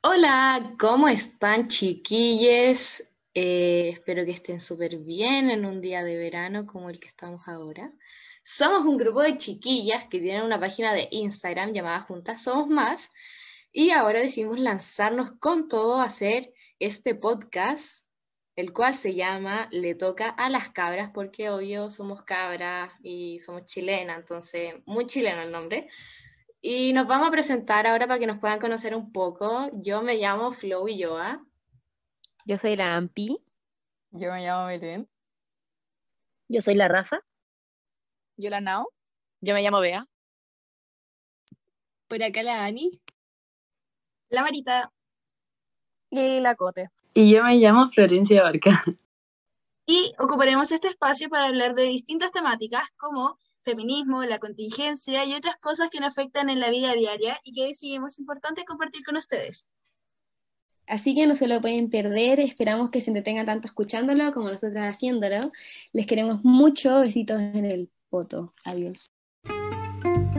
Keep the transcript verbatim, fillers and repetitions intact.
Hola, ¿cómo están chiquilles? Eh, espero que estén súper bien en un día de verano como el que estamos ahora. Somos un grupo de chiquillas que tienen una página de Instagram llamada Juntas Somos Más y ahora decidimos lanzarnos con todo a hacer este podcast, el cual se llama Le toca a las cabras porque obvio somos cabras y somos chilenas, entonces muy chileno el nombre. Y nos vamos a presentar ahora para que nos puedan conocer un poco. Yo me llamo Flow Ulloa. Yo soy la Ampi. Yo me llamo Belén. Yo soy la Rafa. Yo la Nao. Yo me llamo Bea. Por acá la Ani. La Marita. Y la Cote. Y yo me llamo Florencia Barca. Y ocuparemos este espacio para hablar de distintas temáticas como feminismo, la contingencia y otras cosas que nos afectan en la vida diaria y que decidimos importante compartir con ustedes. Así que no se lo pueden perder, esperamos que se entretengan tanto escuchándolo como nosotras haciéndolo. Les queremos mucho, besitos en el poto. Adiós.